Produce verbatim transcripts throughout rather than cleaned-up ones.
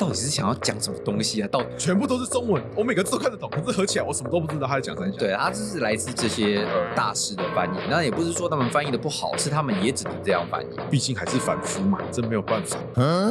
到底是想要讲什么东西啊？到底全部都是中文，我每个字都看得懂，可是合起来我什么都不知道他在讲三小。 对，他就是来自这些呃大师的翻译，那也不是说他们翻译的不好，是他们也只能这样翻译， 毕竟还是反复嘛，真没有办法。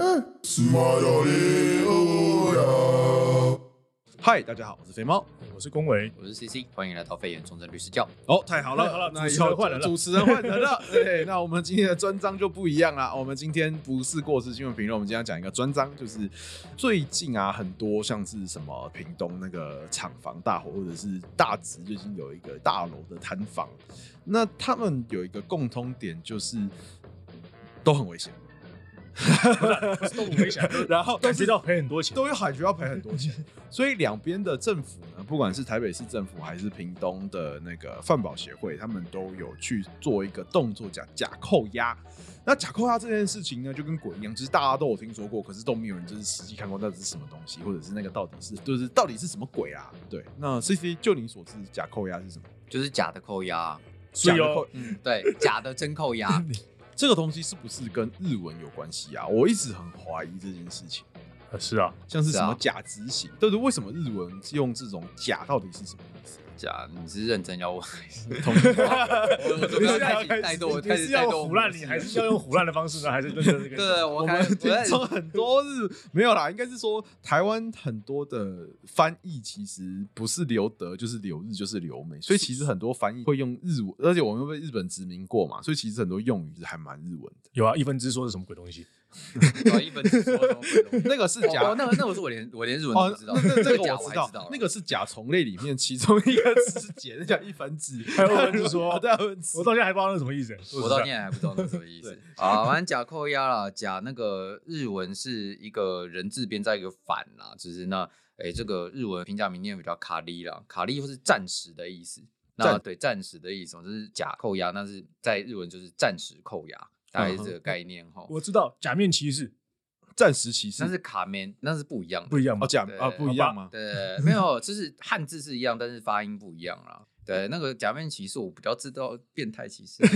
嗨，大家好，我是肥猫， 我是龚维， 我是 C C， 欢迎来到肺炎重症律师教。 哦，太好了， 太好了， 那主持人换人了， 主持人换人了。对，那我们今天的专章就不一样啦。我们今天不是过时新闻评论，我们今天要讲一个专章，就是最近啊，很多像是什么屏东那个厂房大火，或者是大直最近有一个大楼的坍房，那他们有一个共通点，就是都很危险。 都不危险， 然后感觉到赔很多钱， 都有感觉要赔很多钱，所以两边的政府呢，不管是台北市政府还是屏东的那个饭保协会，他们都有去做一个动作，叫假扣押。那假扣押这件事情呢，就跟鬼一样，就是大家都有听说过，可是都没有人就是实际看过那是什么东西，或者是那个到底是就是到底是什么鬼啊？对，那 C C 就你所知，假扣押是什么？ 就是假的扣押， 假的扣， 嗯，对，假的真扣押。 这个东西是不是跟日文有关系啊？我一直很怀疑这件事情。 呃，是啊， 像是什么假执行，对不对？为什么日文用这种假到底是什么意思？ 假，你是认真要问还是同意吗？ 我我你是要带动， 你是要用唬烂你，还是要用唬烂的方式呢？还是真的这个？ 对，我们听众很多日没有啦，应该是说台湾很多的翻译其实不是留德就是留日就是留美，所以其实很多翻译会用日文，而且我们被日本殖民过嘛，所以其实很多用语是还蛮日文的。 有啊，一分之说是什么鬼东西？ 哦，一分之说什么鬼东西？ 那个是假， 哦，那个那个是我连我连日文都不知道。 哦、那这个我知道，那个是甲虫类里面其中一个字节，那叫一分之。 还有二分之说， 对，二分之。 我到现在还不知道那是什么意思。 我到现在还不知道那是什么意思。啊，反正假扣押啦，假那个日文是一个人字边在一个反啦，就是那哎、欸、这个日文平假名念比较卡利啦，卡利或是暂时的意思。那对暂时的意思，就是假扣押，那是在日文就是暂时扣押，大概是这个概念哈。 我知道假面骑士。 暂时歧视， 那是卡面，那是不一样的， 不一样吗？ 哦，假啊，不一样吗？ 对，没有，就是汉字是一样，但是发音不一样啦。对，那个假面骑士我比较知道变态骑士，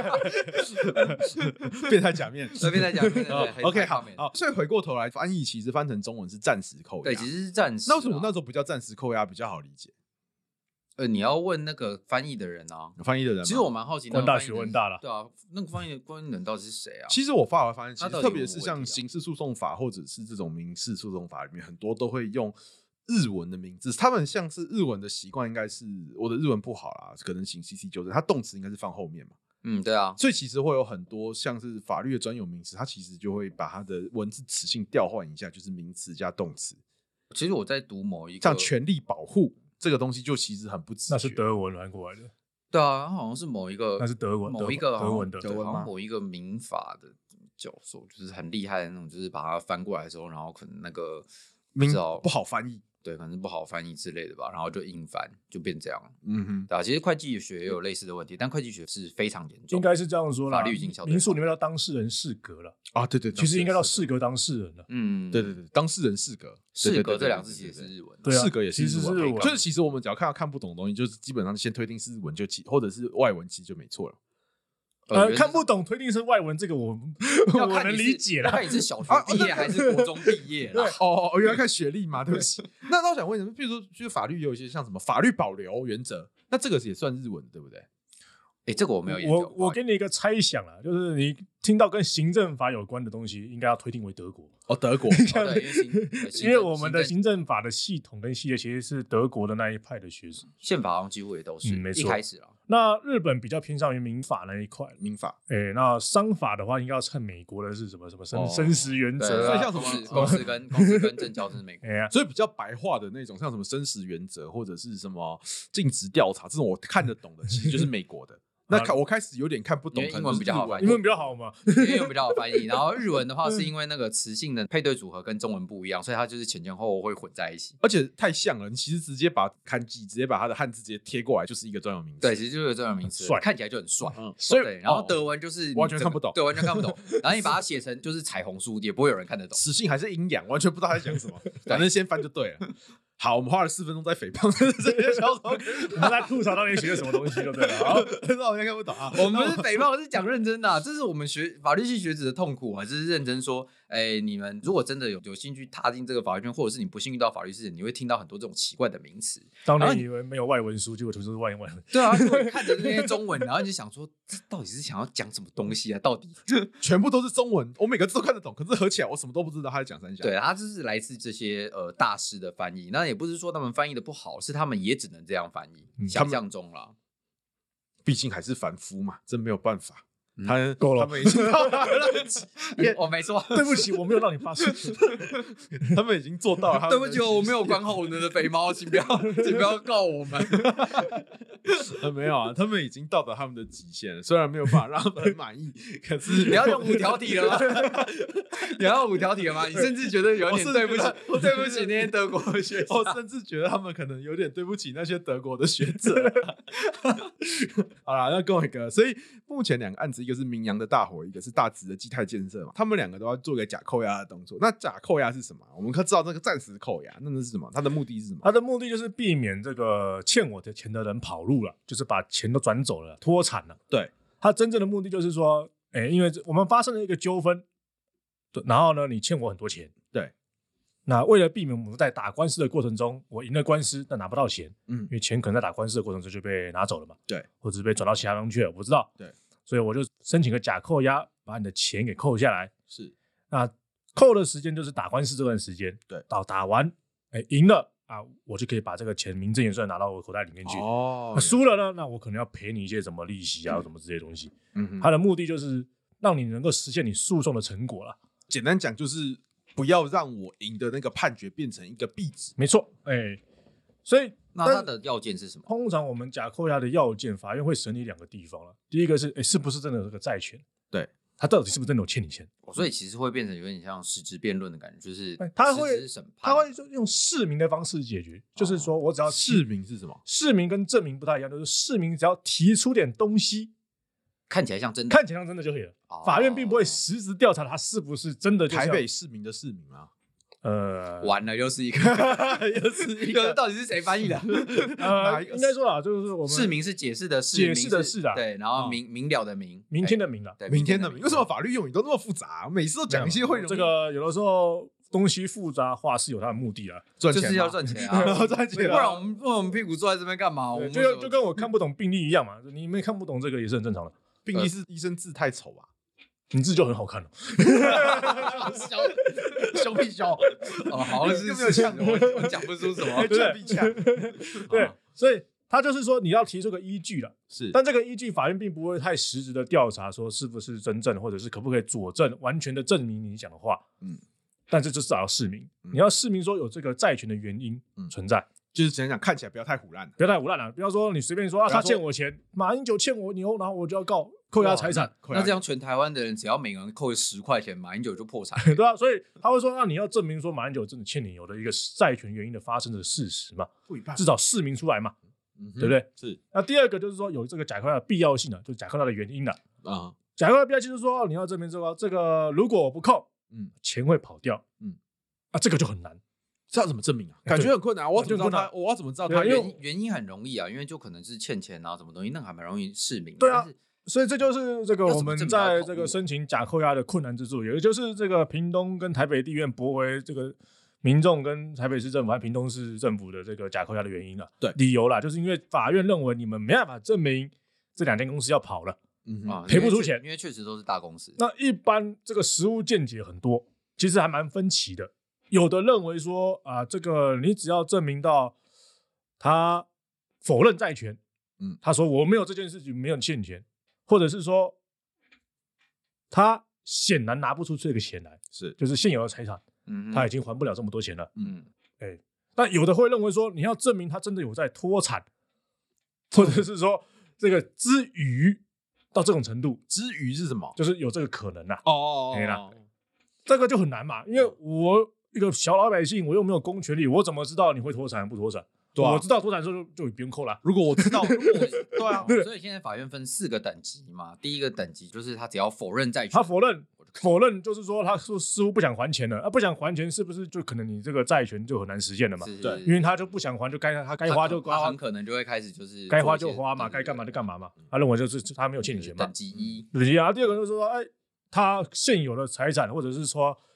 变态假面， 对，变态假面。 哦、OK， 好，好，所以回过头来翻译，其实翻成中文是暂时扣押， 对，其实是暂时。 那为什么那时候不叫暂时扣押比较好理解？ 呃，你要问那个翻译的人啊， 翻译的人， 其实我蛮好奇， 问大学问大了， 对啊，那个翻译的翻译人到底是谁啊？ 其实我发来发现，其实特别是像啊刑事诉讼法或者是这种民事诉讼法里面，很多都会用日文的名字。他们像是日文的习惯，应该是我的日文不好啦，可能请 C C 纠正，它动词应该是放后面嘛。 嗯，对啊， 所以其实会有很多像是法律的专有名词，它其实就会把它的文字词性调换一下，就是名词加动词。 其实我在读某一个像权利保护。这个东西就其实很不直觉， 那是德文传过来的。 对啊，好像是某一个， 那是德文， 某一个德文的， 德文吗？某一个民法的教授，就是很厉害的那种，就是把它翻过来的时候，然后可能那个名不好翻译， 对，可能是不好翻译之类的吧，然后就硬翻，就变这样。 嗯哼， 对啊，其实会计学也有类似的问题，但会计学是非常严重， 应该是这样说啦。 法律已经相对民诉里面叫当事人适格了啊，对对， 其实应该叫适格当事人了。 嗯， 对对对，当事人适格， 适格这两个字其实是日文， 对， 适格也是日文， 就是其实我们只要看到看不懂的东西，就是基本上先推定是日文就或者是外文，其实就没错了。 呃，看不懂推定是外文，这个我我能理解了。 看你是小学毕业还是国中毕业了？ 哦，原来看学历嘛，对不起。那那我想问什么？比如说，就是法律有一些像什么法律保留原则，那这个也算日文，对不对？ 哎、欸，这个我没有研究。 我我给你一个猜想啦，就是你听到跟行政法有关的东西，应该要推定为德国。 哦，德国， 哦、对因为我们的行政法的系统跟系列其实是德国的那一派的学术， 宪法好像几乎也都是， 嗯、没错， 一开始啊。 那日本比较偏向于民法那一块， 民法。 哎、欸，那商法的话，应该要看美国的是什么什么生生死原则啊，像什么公司跟公司跟证交是美国， 哎呀， 所以比较白话的那种，像什么生死原则或者是什么尽职调查这种，我看得懂的，其实就是美国的。那我开始有点看不懂， 英文比较好翻译， 英文比较好嘛， 英文比较好翻译。然后日文的话，是因为那个词性的配对组合跟中文不一样，所以它就是前前后后会混在一起， 而且太像了。你其实直接把汉字直接把它的汉字直接贴过来，就是一个专有名词。 对，其实就是专有名词，看起来就很帅。 嗯， 所以然后德文就是完全看不懂， 对，完全看不懂。然后你把它写成就是彩虹书，也不会有人看得懂。 词性还是阴阳，完全不知道他在讲什么。反正先翻就对了。好，我们花了四分钟在诽谤这些小丑， 我们在吐槽到底学了什么东西就对了。好， 那我应该看不懂啊。 我们不是诽谤，是讲认真的、啊，这是我们学法律系学子的痛苦啊，就是认真说，哎、 哎，你们如果真的有有兴趣踏进这个法律圈，或者是你不幸遇到法律事件，你会听到很多这种奇怪的名词。 当年以为没有外文书，结果全是外文。 对啊，就看着那些中文，然后你就想说，这到底是想要讲什么东西啊？到底全部都是中文，我每个字都看得懂，可是合起来我什么都不知道他在讲三小。 对，他就是来自这些呃大师的翻译，那也不是说他们翻译的不好，是他们也只能这样翻译，嗯、想象中啦。 毕竟还是凡夫嘛，真没有办法。 嗯、 他够了， 他们已经到达了极限。 我没错， 对不起，我没有让你发誓。 他们已经做到了。 对不起，我没有管好我们的肥猫，请不要，请不要告我们。 没有啊，他们已经到达他们的极限了。虽然没有办法让他们满意，可是你要用五条体了吗？你要用五条体了吗？你甚至觉得有点对不起，对不起那些德国的学者。 我甚至觉得他们可能有点对不起那些德国的学者。好啦，那跟我一个，所以目前两个案子。一个是明阳的大火，一个是大直的基泰建设嘛，他们两个都要做一个假扣押的动作。那假扣押是什么？我们可知道这个暂时扣押，那那是什么？它的目的是什么？ 它的目的就是避免这个欠我的钱的人跑路了，就是把钱都转走了，脱产了。 对， 它真正的目的就是说，哎，因为我们发生了一个纠纷，然后呢，你欠我很多钱， 对。 那为了避免我们在打官司的过程中，我赢了官司但拿不到钱，嗯，因为钱可能在打官司的过程中就被拿走了嘛， 对， 或者是被转到其他地方去了，我不知道， 对。 所以我就申请个假扣押，把你的钱给扣下来。 是， 那扣的时间就是打官司这段时间。 对， 到打完，哎，赢了啊，我就可以把这个钱名正言顺拿到我口袋里面去。 哦， 那输了呢，那我可能要赔你一些什么利息啊，嗯、什么这些东西。嗯，它的目的就是让你能够实现你诉讼的成果了。 简单讲就是不要让我赢的那个判决变成一个币值。 没错，哎，所以。 那它的要件是什么？ 通常我们假扣押的要件，法院会审理两个地方了。第一个是，哎，是不是真的有这个债权？ 对， 他到底是不是真的有欠你钱？ 所以其实会变成有点像实质辩论的感觉，就是他会审判， 他会用释明的方式解决，就是说我只要释明是什么？ 释明跟证明不太一样，就是释明只要提出点东西， 看起来像真的， 看起来像真的就可以了。哦、法院并不会实质调查他是不是真的。 台北市民的市民啊。 呃， 完了，又是一个，又是一个，到底是谁翻译的？ 呃，应该说啊，就是我们释明是解释的释， 解释的释啊， 对，然后明明了的明， 明天的明了， 对， 明天的明。为什么法律用语都那么复杂？每次都讲一些会这个有的时候东西复杂化是有它的目的啊， 赚钱就是要赚钱啊， 赚钱， 不然我们不然我们屁股坐在这边干嘛？ 就就跟我看不懂病历一样嘛，你们看不懂这个也是很正常的。 病历是医生字太丑啊。 你字就很好看了， 小小屁小哦，好像是没有呛我，我讲不出什么， 对对，所以他就是说你要提出个依据了， 是， 但这个依据法院并不会太实质的调查，说是不是真正，或者是可不可以佐证，完全的证明你讲的话，嗯，但是至少要释明，嗯、你要释明说有这个债权的原因存在。嗯就是讲讲看起来不要太唬烂， 不要太唬烂了。不要说你随便说啊，他欠我钱，马英九欠我牛，然后我就要告扣押财产。 那这样全台湾的人只要每个人扣十块钱，马英九就破产， 对啊。所以他会说，那你要证明说马英九真的欠你有的一个债权原因的发生的事实嘛，至少释明出来嘛，嗯、对不对？ 是。 那第二个就是说有这个假扣押的必要性了，就是假扣押的原因了啊。 假扣押的必要性就是说你要证明这个这个如果我不扣，嗯，钱会跑掉，嗯，啊，这个就很难。 这要怎么证明啊？感觉很困难。我要怎么知道他？我要怎么知道他？ 原原因很容易啊，因为就可能是欠钱啊，什么东西，那还蛮容易释明。 对啊，所以这就是这个我们在这个申请假扣押的困难之处，也就是这个屏东跟台北地院驳回这个民众跟台北市政府和屏东市政府的这个假扣押的原因了。 对， 理由啦，就是因为法院认为你们没办法证明这两间公司要跑了， 嗯啊， 赔不出钱， 因为确实都是大公司。 那一般这个实务见解很多，其实还蛮分歧的。有的认为说啊，这个你只要证明到他否认债权，嗯，他说我没有这件事情，没有欠钱，或者是说他显然拿不出这个钱来， 是就是现有的财产， 嗯， 他已经还不了这么多钱了， 嗯， 哎、欸，但有的会认为说你要证明他真的有在脱产，或者是说这个之余到这种程度， 之余是什么？ 就是有这个可能啊， 哦哦哦，啦，这个就很难嘛，因为我。一个小老百姓，我又没有公权力，我怎么知道你会脱产不脱产？对啊，我知道脱产的时候就就不用扣了。 如果我知道，如果我对啊， 所以现在法院分四个等级嘛。第一个等级就是他只要否认债权， 他否认，否认就是说他说似乎不想还钱了，啊，不想还钱是不是就可能你这个债权就很难实现了嘛？ 对， 因为他就不想还，就该他该花就花， 很可能就会开始就是该花就花嘛，该干嘛就干嘛嘛。他认为就是他没有欠你钱嘛。 等级一， 等级啊。第二个就是说，哎，他现有的财产或者是说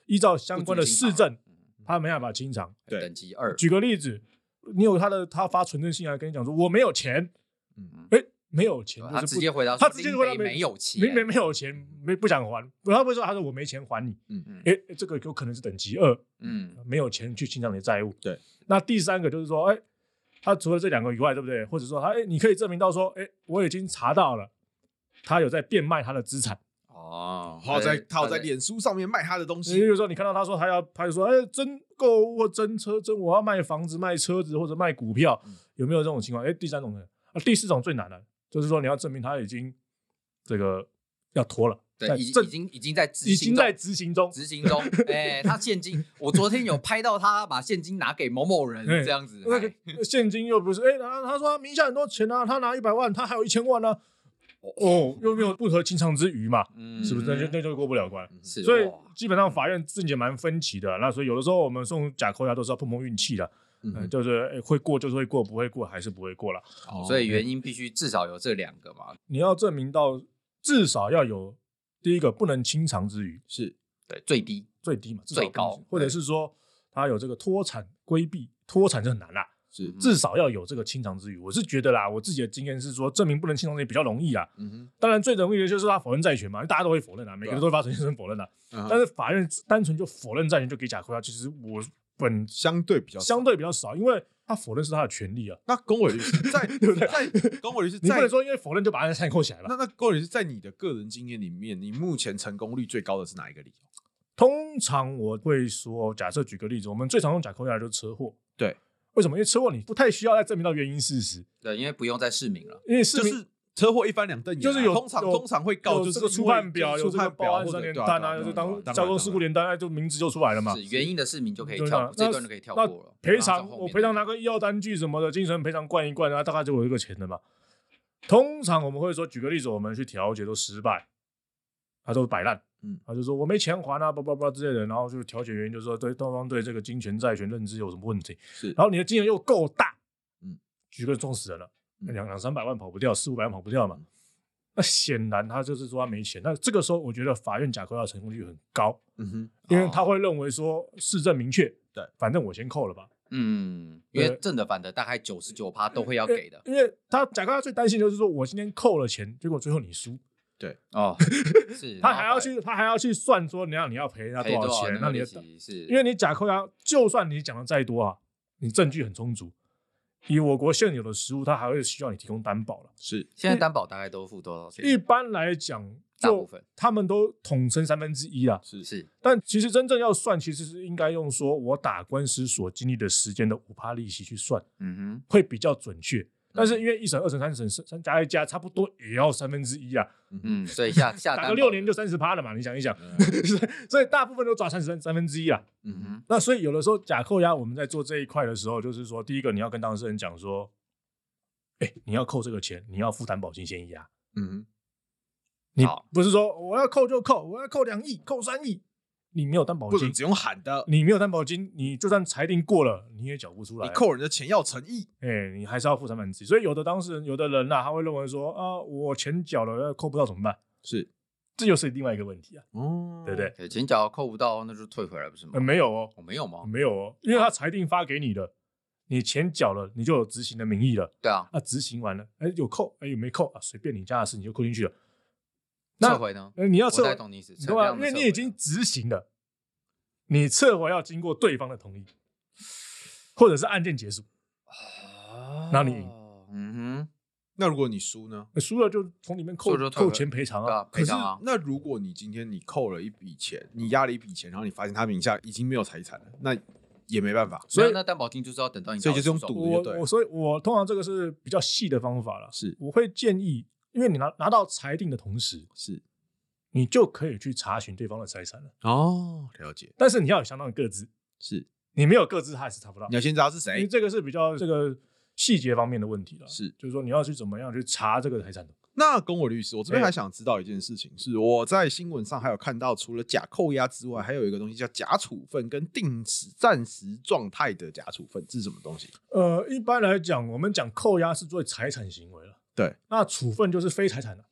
依照相关的事证，他没办法清偿。 对，等级二。 举个例子，你有他的他发存证信来跟你讲说我没有钱，嗯，哎，没有钱， 他直接回答， 他直接回答没有钱， 没没没有钱，没不想还，他不会说他说我没钱还你，嗯嗯，哎，这个有可能是等级二，嗯，没有钱去清偿你的债务。 对， 那第三个就是说，哎，他除了这两个以外，对不对？或者说他，哎，你可以证明到说，哎，我已经查到了，他有在变卖他的资产。 哦，他有在他有在脸书上面卖他的东西。 比如说，你看到他说他要，他就说，哎，真购物或真车真，我要卖房子、卖车子或者卖股票，嗯、有没有这种情况？哎，第三种呢？啊，第四种最难了，就是说你要证明他已经这个要脱了。 对，已已经已经在执行中， 已经在执行中， 执行中。哎、欸，他现金，我昨天有拍到他把现金拿给某某人，这样子。 那个现金又不是，哎、欸，他他说他名下很多钱啊，他拿一百万，他还有一千万呢、啊。哦，又没有不合清偿之余嘛，嗯、是不是？那就那就过不了关。 是， 所以基本上法院见解蛮分歧的。那所以有的时候我们送假扣押都是要碰碰运气的。嗯嗯、就是、欸、会过就是会过，不会过还是不会过了。 哦、所以原因必须至少有这两个嘛。 你要证明到至少要有第一个不能清偿之余， 是对最低最低嘛， 最高， 或者是说他有这个脱产规避，脱产就很难啦。是至少要有这个清偿之余。我是觉得啦，我自己的经验是说，证明不能清偿之余比较容易啦。嗯哼，当然最容易的就是他否认债权嘛，大家都会否认啊，每个人都会发陈先生否认啊。嗯、但是法院单纯就否认债权就给假扣押，其实我本相对比较相对比较少，因为他否认是他的权利啊。 那公委律师在对不对？在公委律师， 你不能说因为否认就把他的扣起来了。 那那公委律师在你的个人经验里面，你目前成功率最高的是哪一个理由？ 通常我会说，假设举个例子，我们最常用假扣押的就是车祸。 对。 为什么？因为车祸你不太需要再证明到原因事实。 对，因为不用再释明了。 因为释明就是车祸一翻两瞪眼、啊， 就是有通常通常会告，就是这个初判表，有这个报案三联单啊，就是当交通事故联单，就名字就出来了嘛。 是原因的释明就可以跳，这段就可以跳过了。 赔偿我赔偿拿个医药单据什么的，精神赔偿灌一灌啊，大概就有这个钱的嘛。通常我们会说，举个例子，我们去调解都失败，他都摆烂。嗯，他就说我没钱还啊，叭叭叭之类的，然后就调解原因就是说对对方对这个金权债权认知有什么问题，是，然后你的金额又够大，嗯，举个撞死人了，两两三百万跑不掉，四五百万跑不掉嘛，那显然他就是说他没钱，那这个时候我觉得法院假扣押成功率很高，嗯哼，因为他会认为说事证明确，对，反正我先扣了吧， 嗯，因为正的反的大概九十九趴都会要给的， 因为他假扣押最担心就是说我今天扣了钱，结果最后你输。 对哦，是他还要去，他还要去算说你要你要赔人家多少钱，那你是， 因为你假扣押，就算你讲的再多啊，你证据很充足，以我国现有的实务，他还会需要你提供担保了。 是， 现在担保大概都付多少钱？ 一般来讲， 大部分他们都统称三分之一啦。 是是， 但其实真正要算，其实是应该用说我打官司所经历的时间的五趴利息去算，嗯哼，会比较准确。但是因为一审、二审、三审三加一加，差不多也要三分之一啊。 嗯，所以下下打个六年就三十趴了嘛，你想一想，嗯、所以大部分都抓三十三分之一啊。嗯哼，那所以有的时候假扣押我们在做这一块的时候，就是说，第一个你要跟当事人讲说，哎、欸，你要扣这个钱，你要付担保金先押。嗯哼，你不是说我要扣就扣，我要扣两亿、扣三亿。你没有担保金， 只用喊的。 你没有担保金，你就算裁定过了，你也缴不出来。 你扣人的钱要诚意， 哎、欸，你还是要付三分之一。所以有的当事人、有的人啊，他会认为说啊，我钱缴了，扣不到怎么办？ 是， 这又是另外一个问题啊。哦，对不对？ 对，钱缴扣不到，那就退回来不是吗？ 呃、没有哦， 哦，没有吗？ 没有哦，因为他裁定发给你的，你钱缴了，你就有执行的名义了。 对啊， 啊，执行完了，哎、欸，有扣，哎、欸，有没扣啊？随便你家的事，你就扣进去了。 撤回呢？ 呃，你要撤回， 我懂你意思， 对吧？因为你已经执行了。你撤回要经过对方的同意，或者是案件结束，然后你赢。 嗯哼，那如果你输呢？ 输了就从里面扣扣钱赔偿啊。 可是，那如果你今天你扣了一笔钱，你押了一笔钱，然后你发现他名下已经没有财产了，那也没办法。 所以那担保金就是要等到你， 所以就是用赌的，对。 我所以，我通常这个是比较细的方法了。 是， 我会建议，因为你拿拿到裁定的同时， 是。 你就可以去查询对方的财产了。 哦，了解。 但是你要有相当的个资， 是你没有个资，他还是查不到。 你要先知道是谁， 因为这个是比较这个细节方面的问题了。 是， 就是说你要去怎么样去查这个财产的。 那公委律师，我这边还想知道一件事情，是我在新闻上还有看到，除了假扣押之外，还有一个东西叫假处分跟定时暂时状态的假处分，这是什么东西？ 呃，一般来讲，我们讲扣押是做财产行为了， 对， 那处分就是非财产的。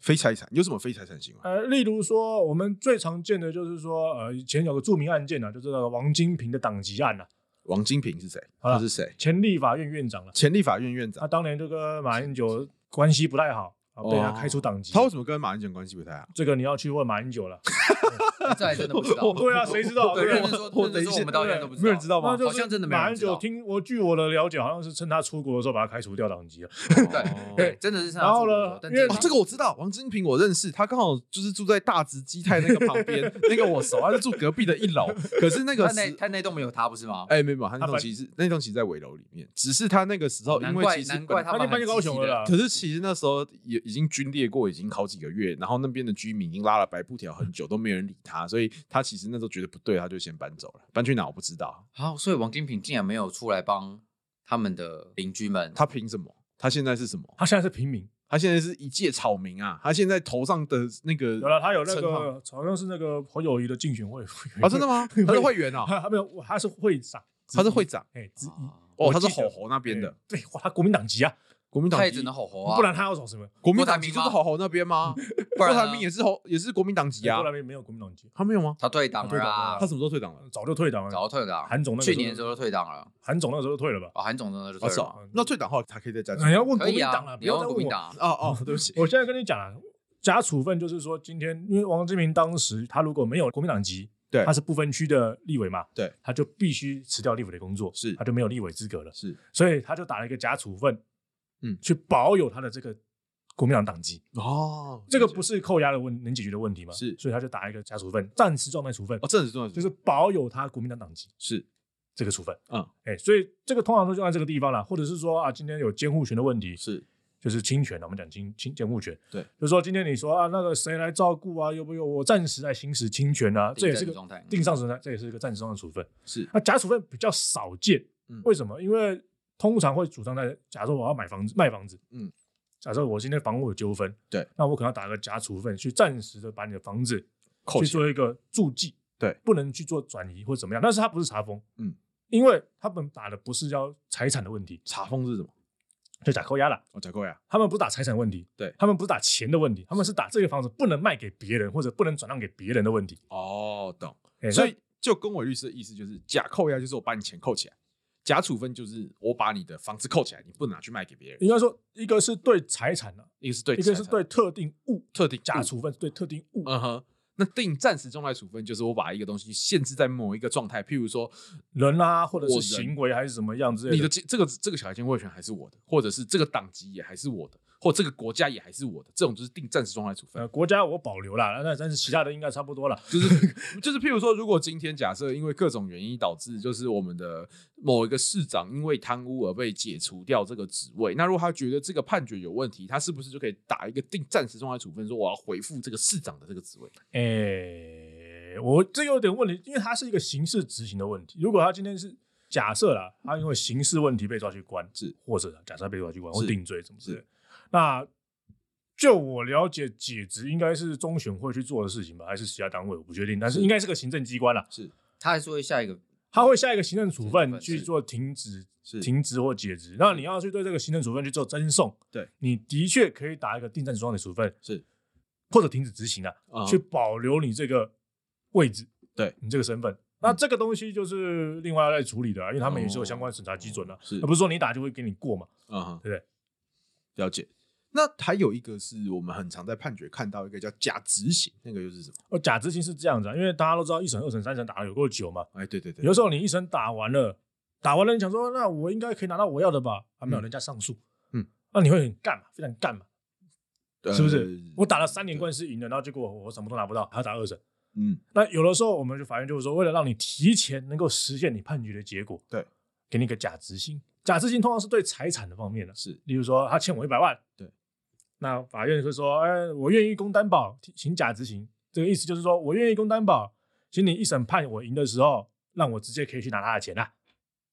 非财产有什么非财产行为？ 呃，例如说我们最常见的就是说，呃，以前有个著名案件啊，就是那个王金平的党籍案啊。 王金平是谁？他是谁？ 前立法院院长了。 前立法院院长， 他当年就跟马英九关系不太好，被他开除党籍。 他为什么跟马英九关系不太好？ 这个你要去问马英九了。 这还真的不知道。 对啊，谁知道？ 对，认真说，认真说，我们到现在都不知道， 没有人知道吗？ 好像真的没有人知道。 马英九听我据我的了解，好像是趁他出国的时候把他开除掉党籍了。 对对，真的是。 然后呢？ 因为这个我知道，王金平我认识，他刚好就是住在大直基泰那个旁边，那个我熟，他是住隔壁的一楼。可是那个他那栋没有他不是吗？ 哎，没有，他那栋其实那栋其实在尾楼里面，只是他那个时候因为其实难怪他搬去高雄了啦。 可是其实那时候也已经军裂过，已经好几个月，然后那边的居民已经拉了白布条很久，都没有人理他，所以他其实那时候觉得不对，他就先搬走了。搬去哪我不知道。 好，所以王金平竟然没有出来帮他们的邻居们， 他凭什么？他现在是什么？ 他现在是平民， 他现在是一介草民啊！他现在头上的那个有了，他有那个好像是那个侯友宜的竞选会啊，真的吗？他是会员哦， 他没有，他是会长， 他是会长， 哎之一哦，他是吼吼那边的， 对，哇，他国民党籍啊。 国民党他也只能吼吼啊， 不然他要走什么？ 国民党籍就是吼吼那边吗？郭台铭也是吼，也是国民党籍啊。 郭台铭没有国民党籍， 他没有吗？ 他退党了啊！ 他什么时候退党了？ 早就退党了， 早就退党。 韩总那去年的时候就退党了， 韩总那时候就退了吧？ 哦，韩总那时候就退了。 那退党后才可以再加入。你要问国民党啊， 不要问国民党哦哦，对不起， 我现在跟你讲啊，假处分就是说，今天因为王金平当时他如果没有国民党籍。 对， 他是不分区的立委嘛， 对， 他就必须辞掉立委的工作， 是， 他就没有立委资格了， 是， 所以他就打了一个假处分， 嗯， 去保有他的这个国民党党籍。 哦， 这个不是扣押的问能解决的问题吗？ 是， 所以他就打一个假处分，暂时状态处分。 哦，暂时状态就是保有他国民党党籍， 是这个处分。 嗯， 哎、欸，所以这个通常都就按这个地方了，或者是说啊，今天有监护权的问题， 是。 就是侵权，我们讲侵侵监护权， 对， 就是说今天你说啊，那个谁来照顾啊，有没有我暂时在行使侵权啊，这也是个定上时态，这也是一个暂时状态处分。 是， 那假处分比较少见，嗯，为什么？因为通常会主张在，假如我要买房子卖房子，嗯，假设我今天房屋有纠纷， 对， 那我可能要打个假处分，去暂时的把你的房子扣去做一个注记， 对， 不能去做转移或怎么样，但是它不是查封， 嗯， 因为他们打的不是叫财产的问题， 查封是什么？ 就假扣押了， 哦，假扣押， 他们不是打财产问题， 对， 他们不是打钱的问题，他们是打这个房子不能卖给别人或者不能转让给别人的问题。 哦，懂。 欸、 所以就跟我律师的意思就是，假扣押就是我把你钱扣起来，假处分就是我把你的房子扣起来，你不能拿去卖给别人。 应该说，一个是对财产的、啊， 一个是对， 一个是对特定物， 特定假处分是对特定物。 嗯哼。那定暂时状态处分就是我把一个东西限制在某一个状态，譬如说人啊，或者是行为还是什么样之类的。 你的这个这个小孩监护权还是我的，或者是这个党籍也还是我的，或这个国家也还是我的，这种就是定暂时状态处分。 呃，国家我保留啦，那但是其他的应该差不多了。 就是就是譬如说，如果今天假设因为各种原因导致，就是我们的某一个市长因为贪污而被解除掉这个职位，那如果他觉得这个判决有问题，他是不是就可以打一个定暂时状态处分，说我要回复这个市长的这个职位？ 诶、欸，我这有点问题，因为它是一个刑事执行的问题。如果他今天是假设啦，他因为刑事问题被抓去关， 是或者假设被抓去关或定罪什么之类的，那就我了解，解职应该是中选会去做的事情吧，还是其他单位我不确定，但是应该是个行政机关啦。 是， 他还是会下一个， 他会下一个行政处分去做停止、 是停职或解职。那你要去对这个行政处分去做侦送， 对，你的确可以打一个定暂时状态处分， 是或者停止执行啊，uh-huh. 去保留你这个位置， 对你这个身份。那这个东西就是另外要来处理的、啊，因为他们也是有相关审查基准的、啊， 是， 而不是说你打就会给你过嘛， 嗯、uh-huh. 对不对？ 了解。那还有一个是我们很常在判决看到一个叫假执行，那个又是什么？ 哦，假执行是这样子啊，因为大家都知道一审、二审、三审打了有够久嘛， 哎，对对对， 有时候你一审打完了，打完了你想说，那我应该可以拿到我要的吧？还、啊、没有，人家上诉， 嗯， 那你会很干嘛？非常干嘛？ 呃、 是不是？我打了三年官司赢了，然后结果我什么都拿不到，还要打二审。 嗯， 那有的时候我们就法院就会说，为了让你提前能够实现你判决的结果， 对， 给你一个假执行。假执行通常是对财产的方面的， 是， 例如说他欠我一百万， 对， 那法院会说，哎，我愿意供担保，请假执行。这个意思就是说我愿意供担保，请你一审判我赢的时候，让我直接可以去拿他的钱啊。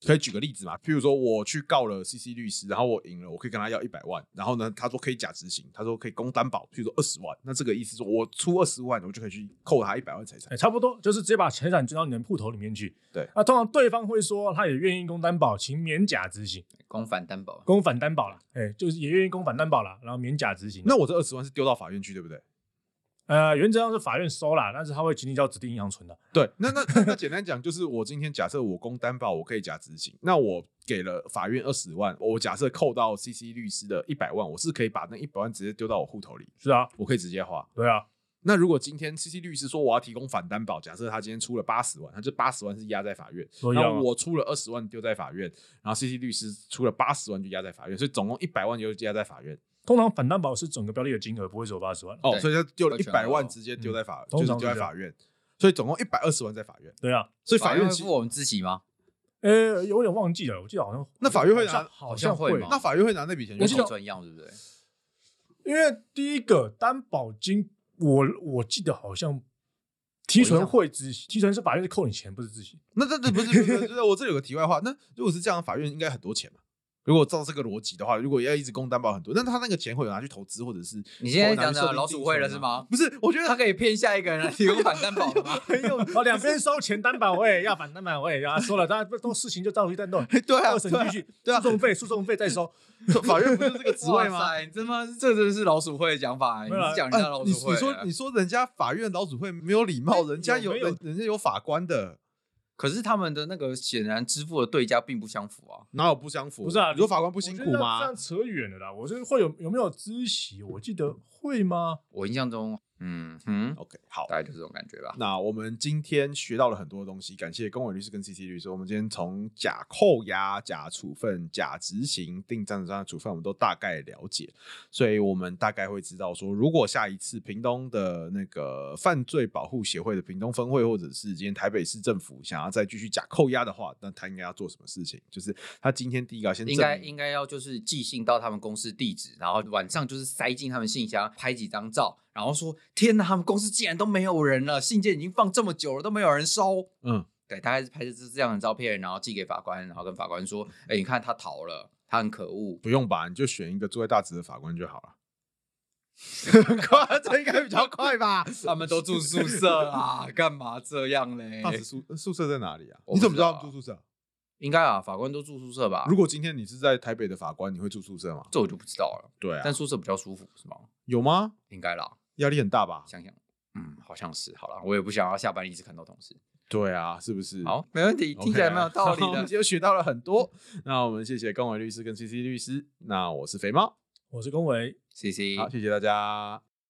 可以举个例子嘛？譬如说我去告了 C C 律师，然后我赢了，我可以跟他要一百万，然后呢，他说可以假执行，他说可以供担保，譬如说二十万，那这个意思说我出二十万，我就可以去扣他一百万财产、 欸，差不多就是直接把财产捐到你的户头里面去。 对， 那通常对方会说他也愿意供担保，请免假执行， 公反担保， 公反担保啦，哎、欸，就是也愿意公反担保啦，然后免假执行。 那我这二十万是丢到法院去，对不对？ 呃，原则上是法院收啦，但是他会请你交指定银行存的。 对，那那那简单讲，就是我今天假设我公担保，我可以假执行，那我给了法院二十万，我假设扣到 C C 律师的一百万，我是可以把那一百万直接丢到我户头里。 是啊， 我可以直接花。 对啊。 那如果今天 C C 律师说我要提供反担保，假设他今天出了八十万，他就八十万是压在法院，然后我出了二十万丢在法院，然后 C C 律师出了八十万就压在法院，所以总共一百万就压在法院。 通常反担保是整个标的的金额，不会只有八十万哦，所以他丢了一百万直接丢在法，嗯、就是丢在法院，所以总共一百二十万在法院。 对啊， 所以法院会付我们自己吗？ 呃、欸，有点忘记了，我记得好像那法院会拿， 好像会吗？ 那法院会拿那笔钱跟投专样，对不对？ 因为第一个担保金，我我记得好像提存会孳息，提存是法院是扣你钱，不是孳息。 那这这不是不是，不是我这里有个题外话，那如果是这样，法院应该很多钱嘛？如果照这个逻辑的话，如果要一直供担保很多，那他那个钱会有拿去投资，或者是你现在讲的老鼠会了是吗？ 不是，我觉得他可以骗下一个人来提供反担保吗？ 很有哦，两边收钱担保，我也要反担保，我也要说了，大家都事情就照序断动， 对啊， 二审继续， 对啊， 诉讼费诉讼费再收， 法院不是这个职位吗？ 你真的这真的是老鼠会的讲法，你是讲人家老鼠会、 啊你，你说你说人家法院老鼠会没有礼貌，人家有人人家有法官的。 可是他们的那个显然支付的对价并不相符啊， 哪有不相符？ 不是啊， 你说法官不辛苦吗？ 这样扯远了啦。我觉得会有有没有孳息？我记得会吗？ 我印象中，嗯嗯 ，OK， 好， 大概就这种感觉吧。 那我们今天学到了很多东西，感谢公委律师跟 C C 律师。我们今天从假扣押、假处分、假执行、定暂存的处分，我们都大概了解，所以我们大概会知道说，如果下一次屏东的那个犯罪保护协会的屏东分会，或者是今天台北市政府想要再继续假扣押的话，那他应该要做什么事情？就是他今天第一个要先应该应该要就是寄信到他们公司地址，然后晚上就是塞进他们信箱，拍几张照，然后说天哪，他们公司竟然都没有人了，信件已经放这么久了都没有人收。嗯，对，大概是拍这样的照片，然后寄给法官，然后跟法官说，哎，你看他逃了，他很可恶。 不用吧，你就选一个坐在大直的法官就好了。很快，这应该比较快吧？ 他们都住宿舍啊，干嘛这样嘞？ 大直宿宿舍在哪里啊？你怎么知道他们住宿舍？ 应该啊，法官都住宿舍吧？ 如果今天你是在台北的法官，你会住宿舍吗？ 这我就不知道了。 对啊， 但宿舍比较舒服是吗？ 有吗？ 应该啦， 压力很大吧？ 想想，嗯，好像是。好了，我也不想要下班一直看到同事。 对啊，是不是？ 好，没问题，听起来蛮有道理的。 我们今天学到了很多。那我们谢谢公委律师跟 C C 律师。那我是肥猫， 我是龚维 ，C C， 好，谢谢大家。